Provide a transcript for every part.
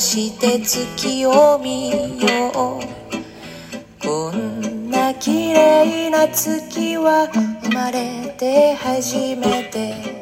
して月を見よう。こんな綺麗な月は生まれて初めて。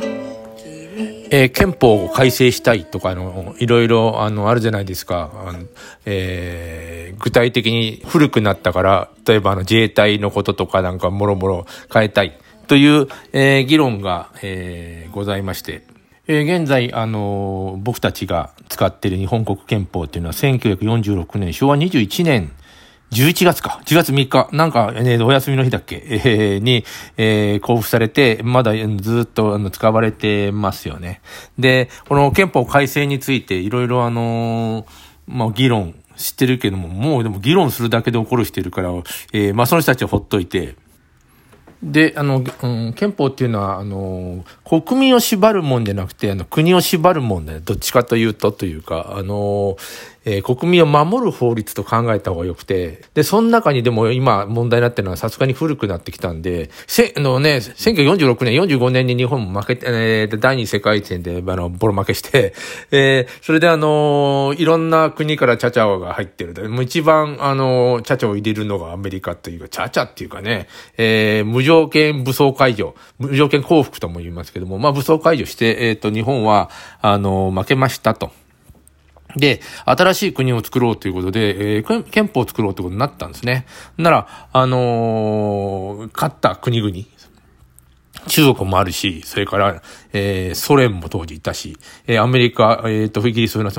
憲法を改正したいとかいろいろあるじゃないですか。具体的に古くなったから例えば自衛隊のこととかなんかもろもろ変えたいという、議論が、ございまして、現在僕たちが使っている日本国憲法っていうのは1946年昭和21年11月か。10月3日。なんか、お休みの日だっけ、に、交付されて、まだずっと使われてますよね。で、この憲法改正についていろいろ議論してるけども、もうでも議論するだけで起こるしてるから、その人たちはほっといて、で、憲法っていうのは、国民を縛るもんじゃなくて、国を縛るもんで、どっちかというというか、国民を守る法律と考えた方がよくて、で、その中にでも今問題になってるのはさすがに古くなってきたんで、1946年、45年に日本も負けて、第二次世界戦で、ボロ負けして、それでいろんな国からチャチャが入ってる。もう一番、チャチャを入れるのがアメリカというか、チャチャっていうかね、無条件武装解除、無条件降伏とも言いますけども、武装解除して、日本は、負けましたと。で、新しい国を作ろうということで、憲法を作ろうということになったんですね。なら、勝った国々、中国もあるし、それから、ソ連も当時いたし、アメリカ、イギリスの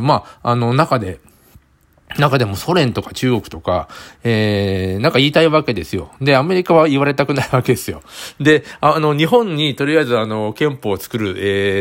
中でもソ連とか中国とか、なんか言いたいわけですよ。で、アメリカは言われたくないわけですよ。で、日本にとりあえず憲法を作る、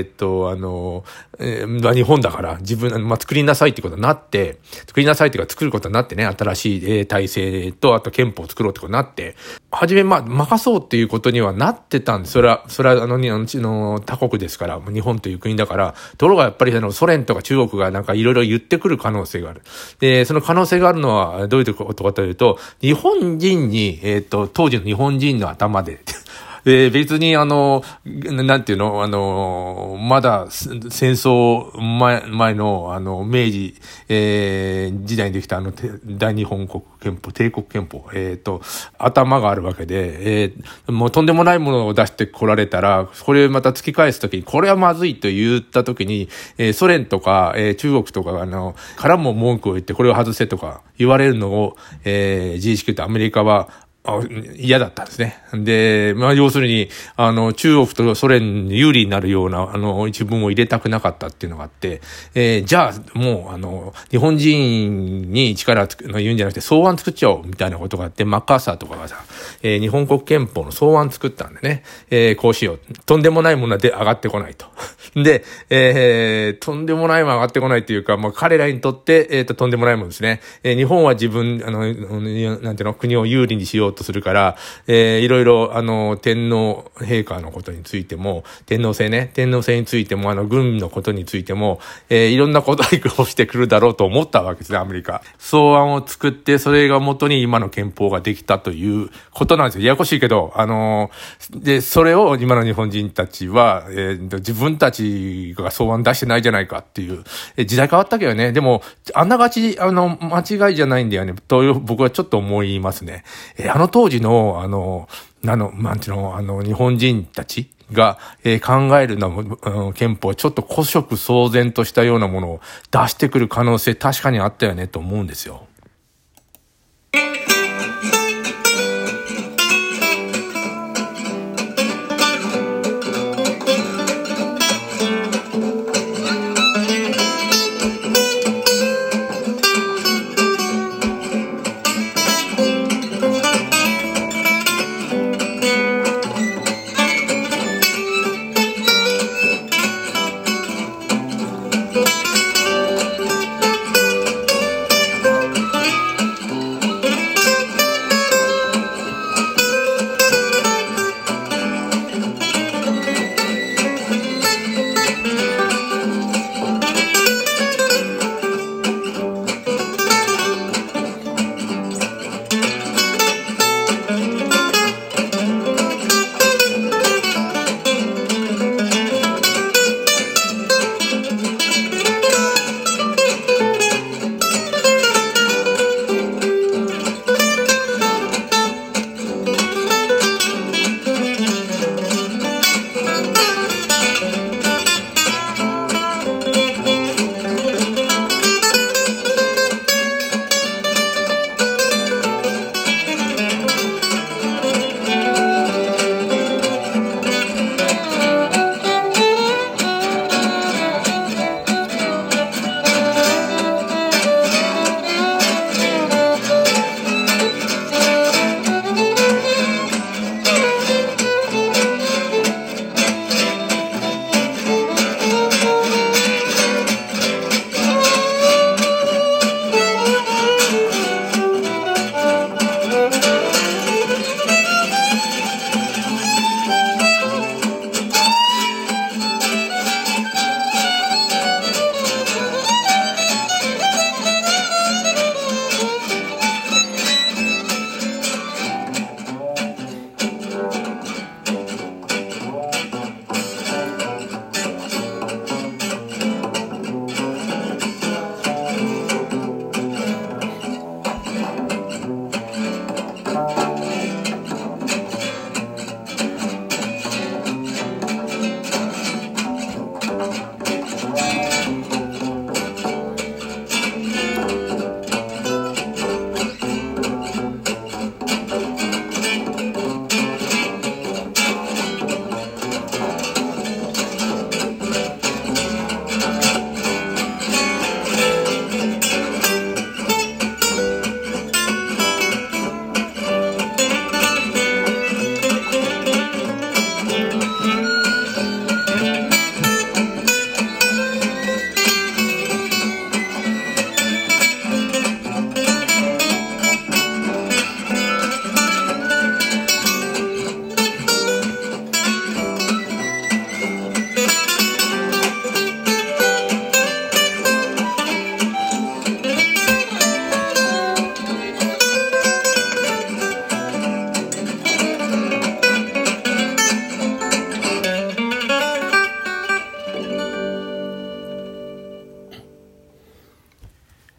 日本だから自分、作りなさいってことになって、作ることになってね、新しい、体制と、あと憲法を作ろうってことになって、はじめ、任そうっていうことにはなってたんです。それは他国ですから、日本という国だから、ところがやっぱりソ連とか中国がなんかいろいろ言ってくる可能性がある。で、その可能性があるのはどういうことかというと、日本人に、当時の日本人の頭で、別になんていうの、まだ戦争前の、明治、時代にできた大日本国憲法、帝国憲法、頭があるわけで、もうとんでもないものを出してこられたら、これまた突き返すときに、これはまずいと言ったときに、ソ連とか、中国とかからも文句を言って、これを外せとか言われるのを、自意識とアメリカは、嫌だったんですね。で、要するに、中国とソ連に有利になるような、一文を入れたくなかったっていうのがあって、じゃあ、もう、日本人に力を言うんじゃなくて、草案作っちゃおう、みたいなことがあって、マッカーサーとかがさ、日本国憲法の草案作ったんでね、こうしよう。とんでもないものは上がってこないと。で、とんでもないもの上がってこないっていうか、彼らにとって、とんでもないものですね。日本は自分、なんていうの、国を有利にしようとするから、いろいろ、天皇陛下のことについても、天皇制についても、軍のことについても、いろんなことをしてくるだろうと思ったわけですね、アメリカ。草案を作って、それが元に今の憲法ができたということなんですよ。ややこしいけど、で、それを今の日本人たちは、自分たちが草案出してないじゃないかっていう、時代変わったけどね。でも、あんながち、間違いじゃないんだよね、と僕はちょっと思いますね。当時の、なんていうの、日本人たちが、考える憲法はちょっと古色蒼然としたようなものを出してくる可能性確かにあったよねと思うんですよ。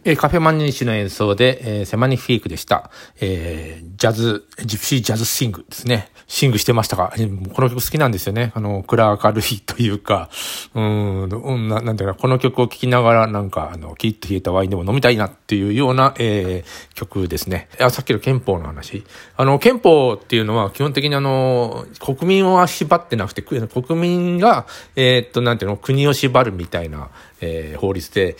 カフェマニッシュの演奏で、セマニフィークでした。ジプシージャズシングですね。シングしてましたか？この曲好きなんですよね。暗るいというか、なんていうか、この曲を聴きながら、キリッと冷えたワインでも飲みたいなっていうような、曲ですね。さっきの憲法の話。憲法っていうのは基本的に国民は縛ってなくて、国民が、なんていうの、国を縛るみたいな、法律で、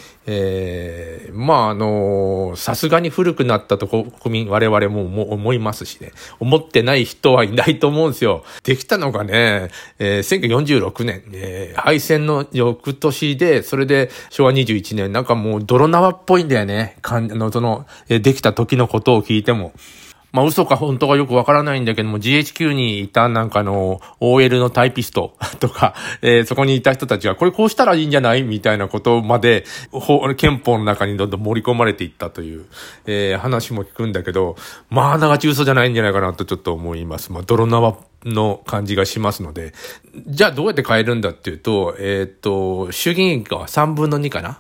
さすがに古くなったと国民、我々も思いますしね。思ってない人はいないと思うんですよ。できたのがね、1946年、敗戦の翌年で、それで昭和21年、もう泥縄っぽいんだよね。できた時のことを聞いても。嘘か本当かよくわからないんだけども、GHQ にいたOL のタイピストとか、そこにいた人たちが、これこうしたらいいんじゃないみたいなことまで、憲法の中にどんどん盛り込まれていったという、話も聞くんだけど、長中嘘じゃないんじゃないかなとちょっと思います。泥縄の感じがしますので。じゃあどうやって変えるんだっていうと、衆議院が3分の2かな、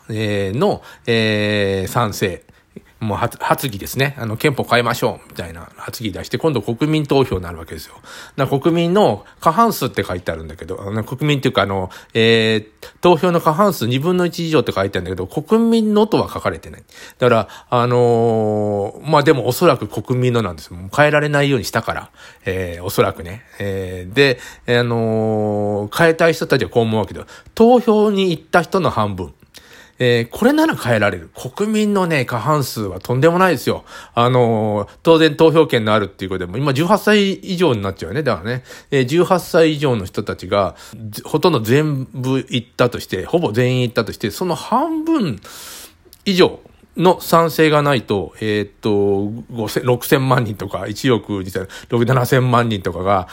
賛成。もう発議ですね。憲法変えましょうみたいな発議出して、今度国民投票になるわけですよ。国民の過半数って書いてあるんだけど、国民っていうか投票の過半数2分の1以上って書いてあるんだけど、国民のとは書かれてない。だから、でもおそらく国民のなんですよ。もう変えられないようにしたから、おそらくね。で、変えたい人たちはこう思うわけだ。投票に行った人の半分。これなら変えられる。国民のね、過半数はとんでもないですよ。当然投票権のあるっていうことでも、今18歳以上になっちゃうよね。だからね、18歳以上の人たちが、ほとんど全部行ったとして、ほぼ全員行ったとして、その半分以上の賛成がないと、6000万人とか、1億6、7000万人とかが、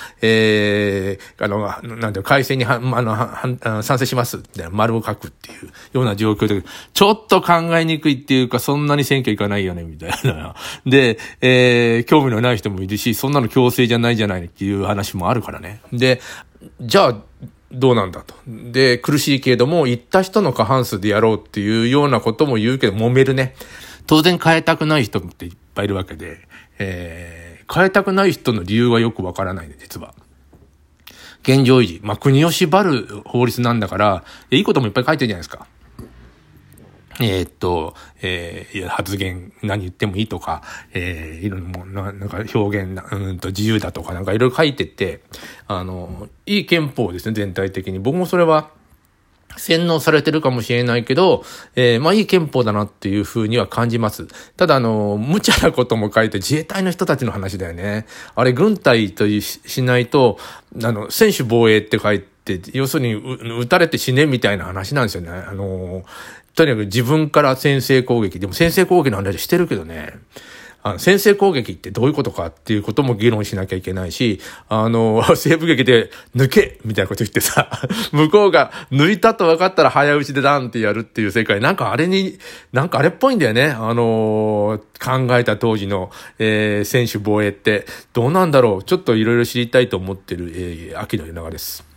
改正に賛成します、みたいな丸を書くっていうような状況で、ちょっと考えにくいっていうか、そんなに選挙いかないよね、みたいな。で、興味のない人もいるし、そんなの強制じゃないじゃないっていう話もあるからね。で、じゃあ、どうなんだと。で、苦しいけれども、行った人の過半数でやろうっていうようなことも言うけど、揉めるね。当然変えたくない人っていっぱいいるわけで、変えたくない人の理由はよくわからないね、実は。現状維持。国を縛る法律なんだから、いいこともいっぱい書いてるじゃないですか。発言何言ってもいいとか、いろんなも表現自由だとかいろいろ書いてて、いい憲法ですね、全体的に。僕もそれは洗脳されてるかもしれないけど、いい憲法だなっていうふうには感じます。ただ無茶なことも書いて自衛隊の人たちの話だよね。あれ、軍隊としないと、専守防衛って書いて、要するに撃たれて死ねみたいな話なんですよね。とにかく自分から先制攻撃。でも先制攻撃の話してるけどね。先制攻撃ってどういうことかっていうことも議論しなきゃいけないし、西部劇で抜けみたいなこと言ってさ、向こうが抜いたと分かったら早打ちでダンってやるっていう世界、あれっぽいんだよね。考えた当時の、専守防衛ってどうなんだろう。ちょっといろいろ知りたいと思ってる、秋の夜長です。